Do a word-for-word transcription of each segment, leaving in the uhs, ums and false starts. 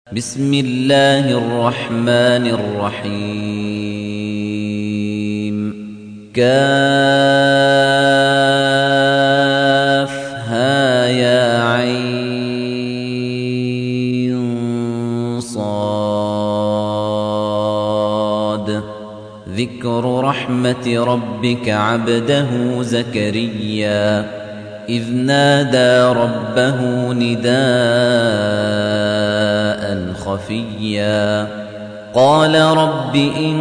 بسم الله الرحمن الرحيم كافها يا عين صاد ذكر رحمة ربك عبده زكريا إذ نادى ربه نداء خفيا قال رب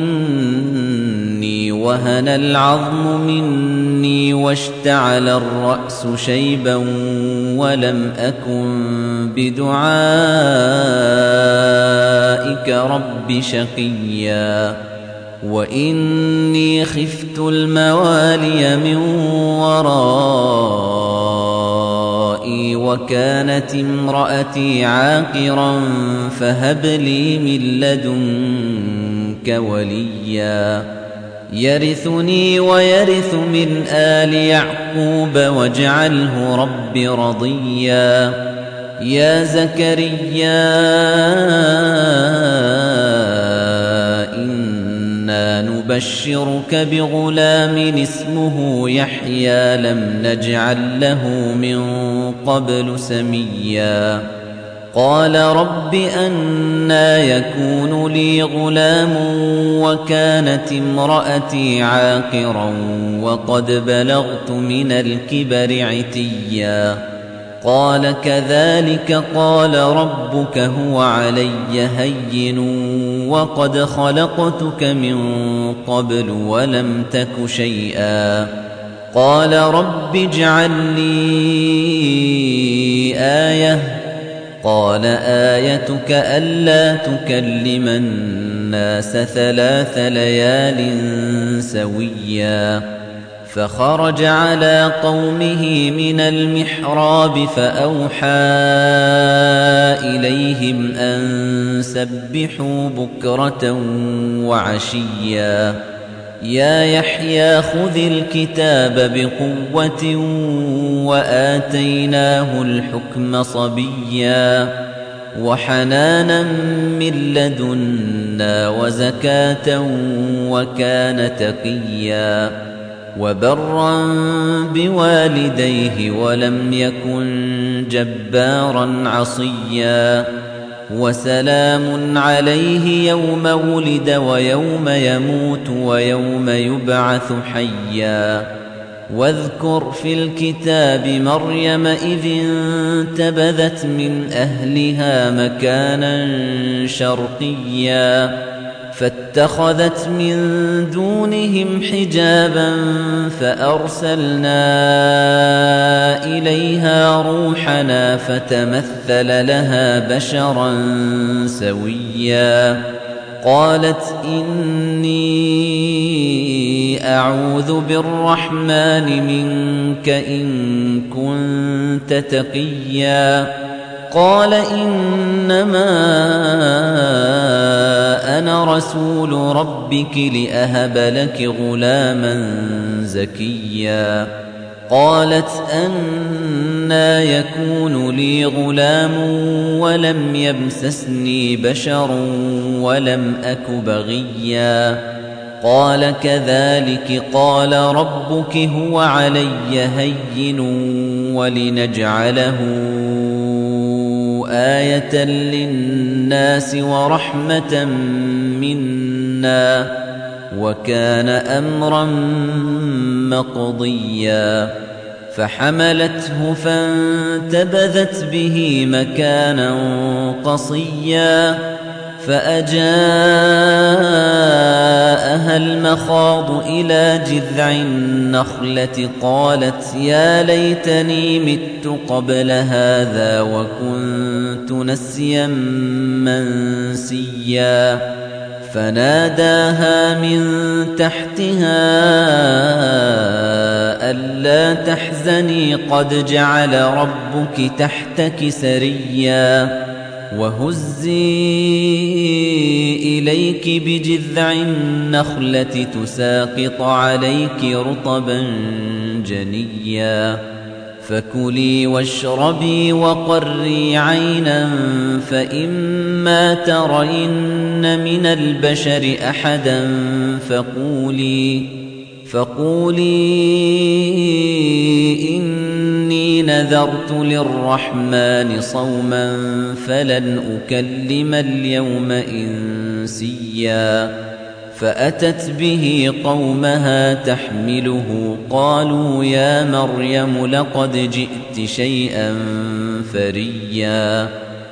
إني وهن العظم مني واشتعل الرأس شيبا ولم أكن بدعائك رب شقيا وإني خفت الموالي من ورائي وكانت امرأتي عاقرا فهب لي من لدنك وليا يرثني ويرث من آل يعقوب واجعله رب رضيا يا زكريا نبشرك بغلام اسمه يحيى لم نجعل له من قبل سميا قال رب أنى يكون لي غلام وكانت امرأتي عاقرا وقد بلغت من الكبر عتيا قال كذلك قال ربك هو علي هين وقد خلقتك من قبل ولم تك شيئا قال رب اجعل لي آية قال آيتك ألا تكلم الناس ثلاث ليال سويا فخرج على قومه من المحراب فأوحى إليهم أن سبحوا بكرة وعشيا يا يحيى خذ الكتاب بقوة وآتيناه الحكم صبيا وحنانا من لدنا وزكاة وكان تقيا وبرا بوالديه ولم يكن جبارا عصيا وسلام عليه يوم ولد ويوم يموت ويوم يبعث حيا واذكر في الكتاب مريم إذ انتبذت من أهلها مكانا شرقيا فاتخذت من دونهم حجابا فأرسلنا إليها روحنا فتمثل لها بشرا سويا قالت إني أعوذ بالرحمن منك إن كنت تقيا قال إنما أنا رسول ربك لأهب لك غلاما زكيا قالت أنى يكون لي غلام ولم يمسسني بشر ولم أك بغيا قال كذلك قال ربك هو علي هين ولنجعله آية للناس ورحمة منا وكان أمرا مقضيا فحملته فانتبذت به مكانا قصيا فأجاءها المخاض إلى جذع النخلة قالت يا ليتني مت قبل هذا وكنت نسيا منسيا فناداها من تحتها ألا تحزني قد جعل ربك تحتك سريا وهزي إليك بجذع النخلة تساقط عليك رطبا جنيا فكلي واشربي وقري عينا فإما ترين من البشر أحدا فقولي فقولي إني نذرت للرحمن صوما فلن أكلم اليوم إنسيا فأتت به قومها تحمله قالوا يا مريم لقد جئت شيئا فريا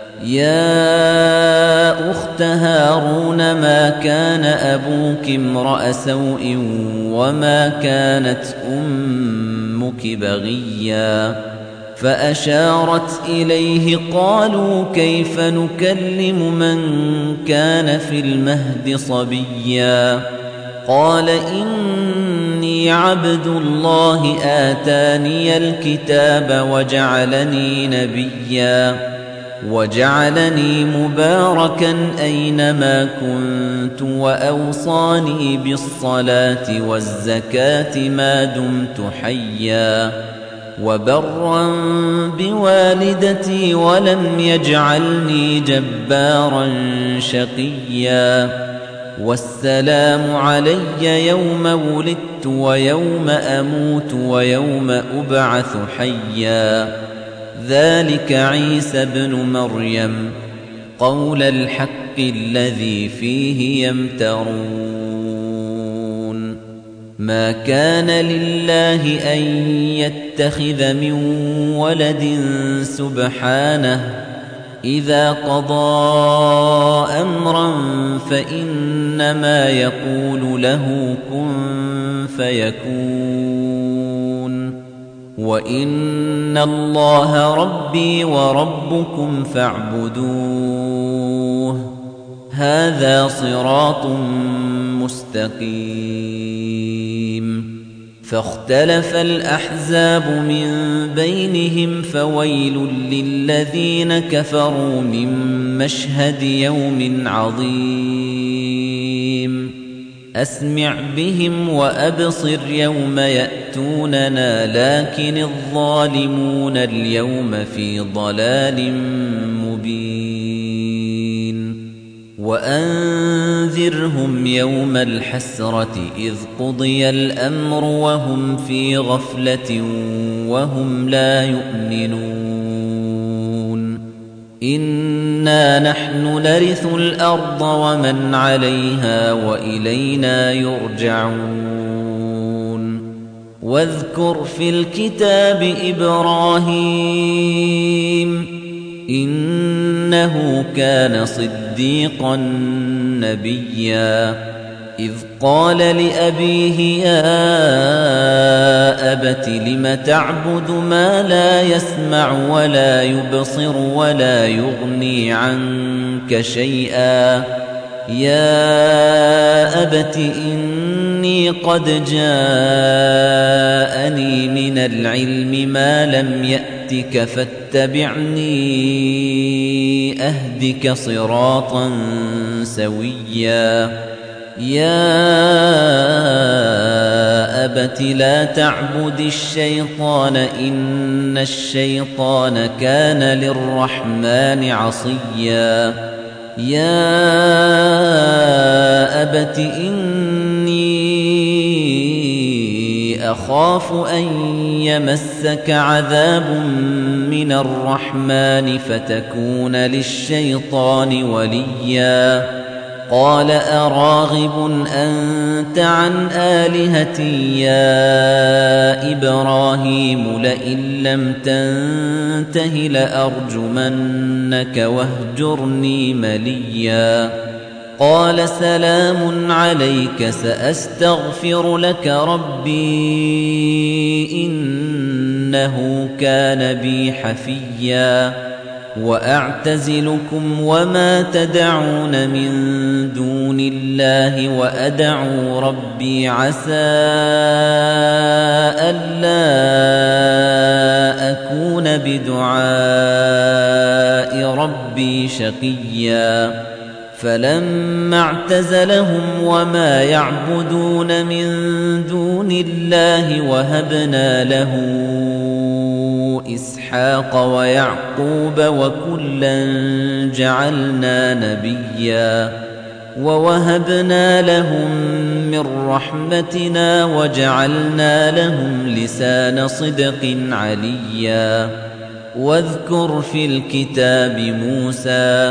يا أخت هارون ما كان أبوك امرأ سوء وما كانت أمك بغيا فأشارت إليه قالوا كيف نكلم من كان في المهد صبيا قال إني عبد الله آتاني الكتاب وجعلني نبيا وجعلني مباركا أينما كنت وأوصاني بالصلاة والزكاة ما دمت حيا وبرا بوالدتي ولم يجعلني جبارا شقيا والسلام علي يوم ولدت ويوم أموت ويوم أبعث حيا ذلك عيسى بن مريم قول الحق الذي فيه يمترون ما كان لله أن يتخذ من ولد سبحانه إذا قضى أمرا فإنما يقول له كن فيكون وَإِنَّ اللَّهَ رَبِّي وَرَبُّكُمْ فَاعْبُدُوهُ هَذَا صِرَاطٌ مُسْتَقِيمٌ فَاخْتَلَفَ الْأَحْزَابُ مِنْ بَيْنِهِمْ فَوَيْلٌ لِلَّذِينَ كَفَرُوا مِنْ مَشْهَدِ يَوْمٍ عَظِيمٍ أسمع بهم وأبصر يوم يأتوننا لكن الظالمون اليوم في ضلال مبين وأنذرهم يوم الحسرة إذ قضي الأمر وهم في غفلة وهم لا يؤمنون إنا نحن نرث الأرض ومن عليها وإلينا يرجعون واذكر في الكتاب إبراهيم إنه كان صديقا نبيا إذ قال لأبيه يا أبت لم تعبد ما لا يسمع ولا يبصر ولا يغني عنك شيئا يا أبت إني قد جاءني من العلم ما لم يأتك فاتبعني أهدك صراطا سويا يا أبت لا تعبد الشيطان إن الشيطان كان للرحمن عصيا يا أبت إني أخاف أن يمسك عذاب من الرحمن فتكون للشيطان وليا قال أراغب أنت عن آلهتي يا إبراهيم لئن لم تنته لأرجمنك واهجرني مليا قال سلام عليك سأستغفر لك ربي إنه كان بي حفيا وأعتزلكم وما تدعون من دون الله وأدعو ربي عسى ألا أكون بدعاء ربي شقيا فلما اعتزلهم وما يعبدون من دون الله وهبنا له إسحاق ويعقوب وكلا جعلنا نبيا ووهبنا لهم من رحمتنا وجعلنا لهم لسان صدق عليا واذكر في الكتاب موسى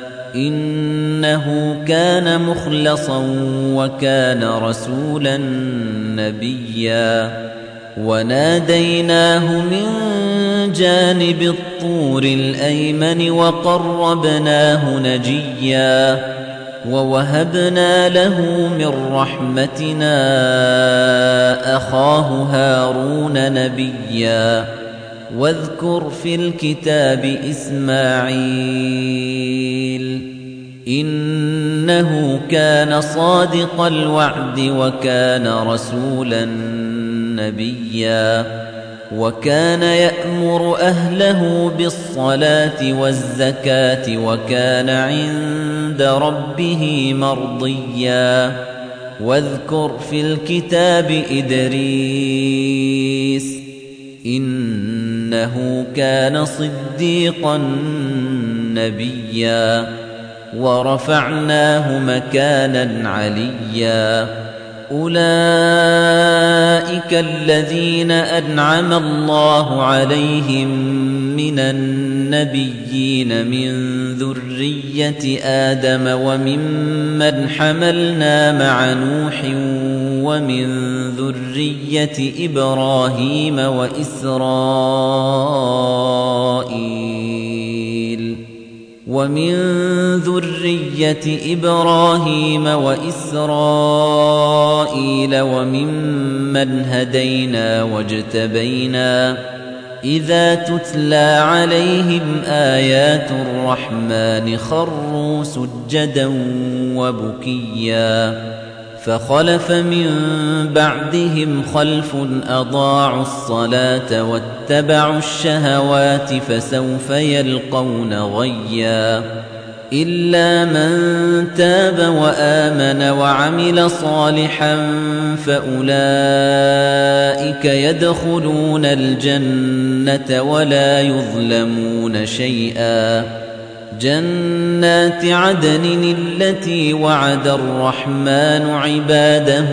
إنه كان مخلصا وكان رسولا نبيا وناديناه من جانب الطور الأيمن وقربناه نجيا ووهبنا له من رحمتنا أخاه هارون نبيا واذكر في الكتاب إسماعيل إنه كان صادق الوعد وكان رسولا نبيا وكان يأمر أهله بالصلاة والزكاة وكان عند ربه مرضيا واذكر في الكتاب إدريس إنه كان صديقا نبيا ورفعناه مكانا عليا أولئك الذين أنعم الله عليهم من النبيين من ذرية آدم وممن حملنا مع نوح ومن ذرية إبراهيم وإسرائيل ومن ذرية إبراهيم وإسرائيل وممن هدينا واجتبينا إذا تتلى عليهم آيات الرحمن خروا سجدا وبكيا فخلف من بعدهم خلف أضاعوا الصلاة واتبعوا الشهوات فسوف يلقون غيا إلا من تاب وآمن وعمل صالحا فأولئك يدخلون الجنة ولا يظلمون شيئا جنات عدن التي وعد الرحمن عباده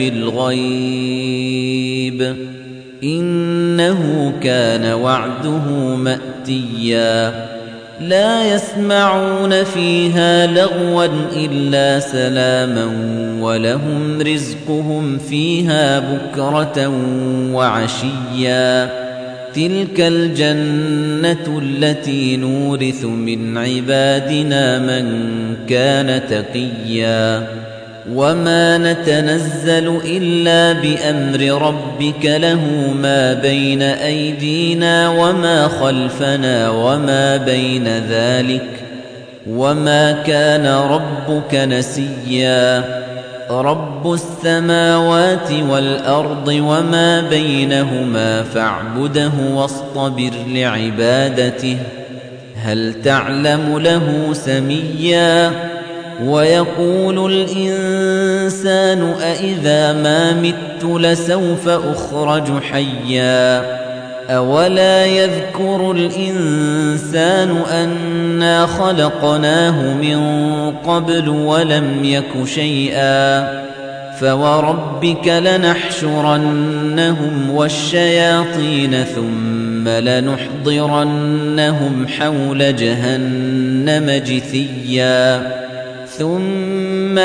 بالغيب إنه كان وعده مأتيا لا يسمعون فيها لغوا إلا سلاما ولهم رزقهم فيها بكرة وعشيا تلك الجنة التي نورث من عبادنا من كان تقيا وما نتنزل إلا بأمر ربك له ما بين أيدينا وما خلفنا وما بين ذلك وما كان ربك نسيا رب السماوات والأرض وما بينهما فاعبده واصطبر لعبادته هل تعلم له سميا ويقول الإنسان أإذا ما مت لسوف أخرج حيا أولا يذكر الإنسان أنا خلقناه من قبل ولم يك شيئا فوربك لنحشرنهم والشياطين ثم لنحضرنهم حول جهنم جثيا ثم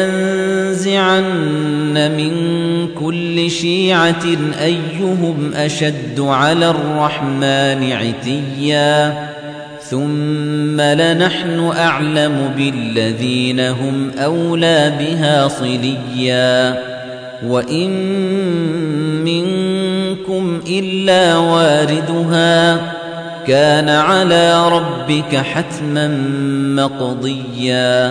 لننزعن من كل شيعة أيهم أشد على الرحمن عتيا ثم لنحن أعلم بالذين هم أولى بها صليا وإن منكم إلا واردها كان على ربك حتما مقضيا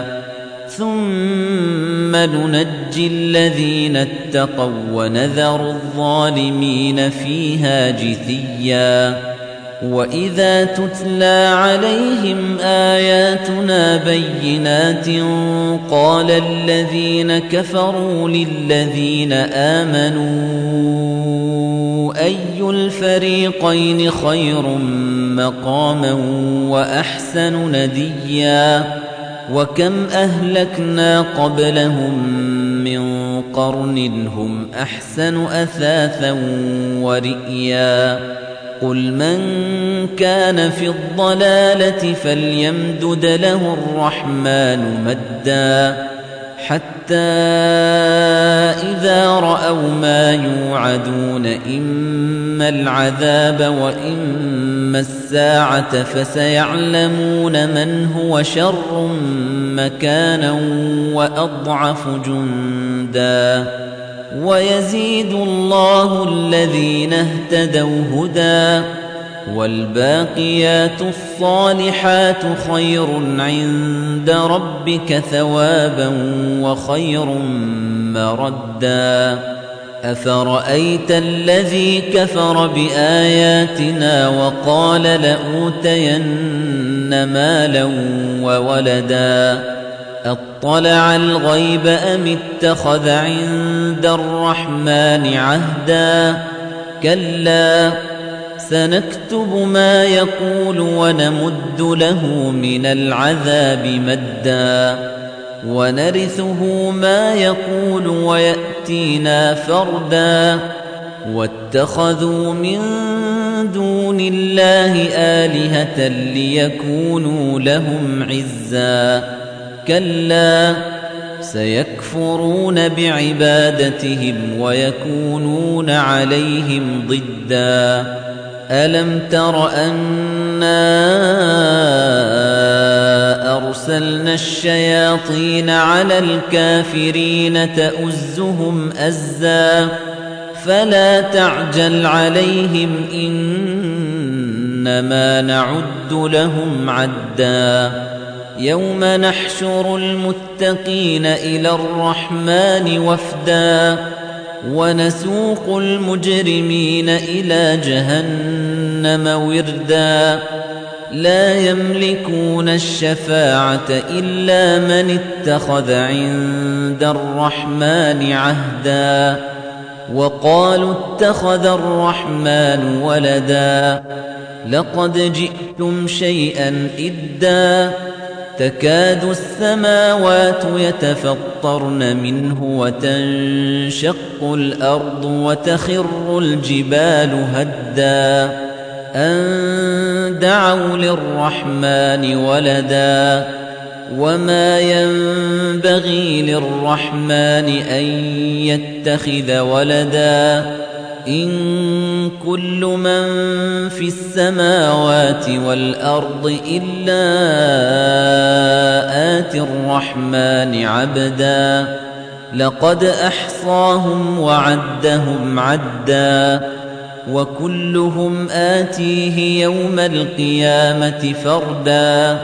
ثم ننجي الذين اتقوا ونذر الظالمين فيها جثيا وَإِذَا تُتْلَى عَلَيْهِمْ آيَاتُنَا بَيِّنَاتٍ قَالَ الَّذِينَ كَفَرُوا لِلَّذِينَ آمَنُوا أَيُّ الْفَرِيقَيْنِ خَيْرٌ مَّقَامًا وَأَحْسَنُ نَدِيًّا وَكَمْ أَهْلَكْنَا قَبْلَهُم مِّن قَرْنٍ هُمْ أَحْسَنُ أَثَاثًا وَرِئْيًا قُلْ مَن كَانَ فِي الضَّلَالَةِ فَلْيَمْدُدْ لَهُ الرَّحْمَٰنُ مَدًّا حَتَّىٰ إِذَا رَأَوْا مَا يُوعَدُونَ إِمَّا الْعَذَابَ وَإِمَّا السَّاعَةَ فَسَيَعْلَمُونَ مَنْ هُوَ شَرٌّ مَّكَانًا وَأَضْعَفُ جُندًا وَيَزِيدُ اللَّهُ الَّذِينَ اهْتَدَوْا هُدًى وَالْبَاقِيَاتُ الصَّالِحَاتُ خَيْرٌ عِندَ رَبِّكَ ثَوَابًا وَخَيْرٌ مَّرَدًّا أَفَرَأَيْتَ الَّذِي كَفَرَ بِآيَاتِنَا وَقَالَ لَأُوتَيَنَّ مَالًا وَوَلَدًا أَطَّلَعَ الْغَيْبَ أَمِ اتَّخَذَ عِندَ الرَّحْمَٰنِ عَهْدًا كَلَّا سَنَكْتُبُ مَا يَقُولُ وَنَمُدُّ لَهُ مِنَ الْعَذَابِ مَدًّا وَنَرِثُهُ مَا يَقُولُ وَيَأْتِينَا فَرْدًا وَاتَّخَذُوا مِن دُونِ اللَّهِ آلِهَةً لِّيَكُونُوا لَهُمْ عِزًّا كَلَّا سَيَكْفُرُونَ بِعِبَادَتِهِمْ وَيَكُونُونَ عَلَيْهِمْ ضِدًّا أَلَمْ تَرَ أَنَّا أَرْسَلْنَا الشَّيَاطِينَ عَلَى الْكَافِرِينَ تَؤُزُّهُمْ أَزًّا فَلَا تَعْجَلْ عَلَيْهِمْ إِنَّمَا نَعُدُّ لَهُمْ عَدًّا يَوْمَ نَحْشُرُ الْمُتَّقِينَ إِلَى الرَّحْمَٰنِ وَفْدًا وَنَسُوقُ الْمُجْرِمِينَ إِلَىٰ جَهَنَّمَ وِرْدًا لَّا يَمْلِكُونَ الشَّفَاعَةَ إِلَّا مَنِ اتَّخَذَ عِندَ الرَّحْمَٰنِ عَهْدًا وَقَالُوا اتَّخَذَ الرَّحْمَٰنُ وَلَدًا لَّقَدْ جِئْتُمْ شَيْئًا إِدًّا تَكَادُ السَّمَاوَاتُ يَتَفَطَّرْنَ مِنْهُ وَتَنشَقُّ الْأَرْضُ وَتَخِرُّ الْجِبَالُ هَدًّا أَن دَعَوْا لِلرَّحْمَٰنِ وَلَدًا وَمَا يَنبَغِي لِلرَّحْمَٰنِ أَن يَتَّخِذَ وَلَدًا إِن كُلُّ مَن فِي السَّمَاوَاتِ وَالْأَرْضِ إِلَّا آتِي الرَّحْمَٰنِ عَبْدًا لَّقَدْ أَحْصَاهُمْ وَعَدَّهُمْ عَدًّا وَكُلُّهُمْ آتِيهِ يَوْمَ الْقِيَامَةِ فَرْدًا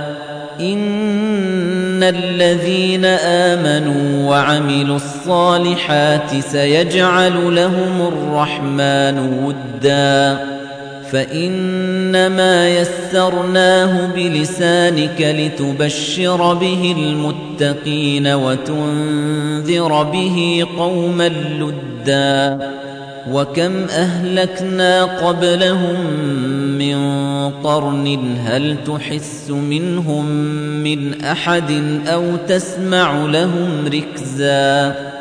إِنَّ الَّذِينَ آمَنُوا وَعَمِلُوا الصَّالِحَاتِ سَيَجْعَلُ لَهُمُ الرَّحْمَٰنُ وُدًّا فَإِنَّمَا يَسَّرْنَاهُ بِلِسَانِكَ لِتُبَشِّرَ بِهِ الْمُتَّقِينَ وَتُنذِرَ بِهِ قَوْمًا لُّدًّا وَكَمْ أَهْلَكْنَا قَبْلَهُم مِّن قَرْنٍ هَلْ تُحِسُّ مِنْهُم مِّنْ أَحَدٍ أَوْ تَسْمَعُ لَهُمْ رِكْزًا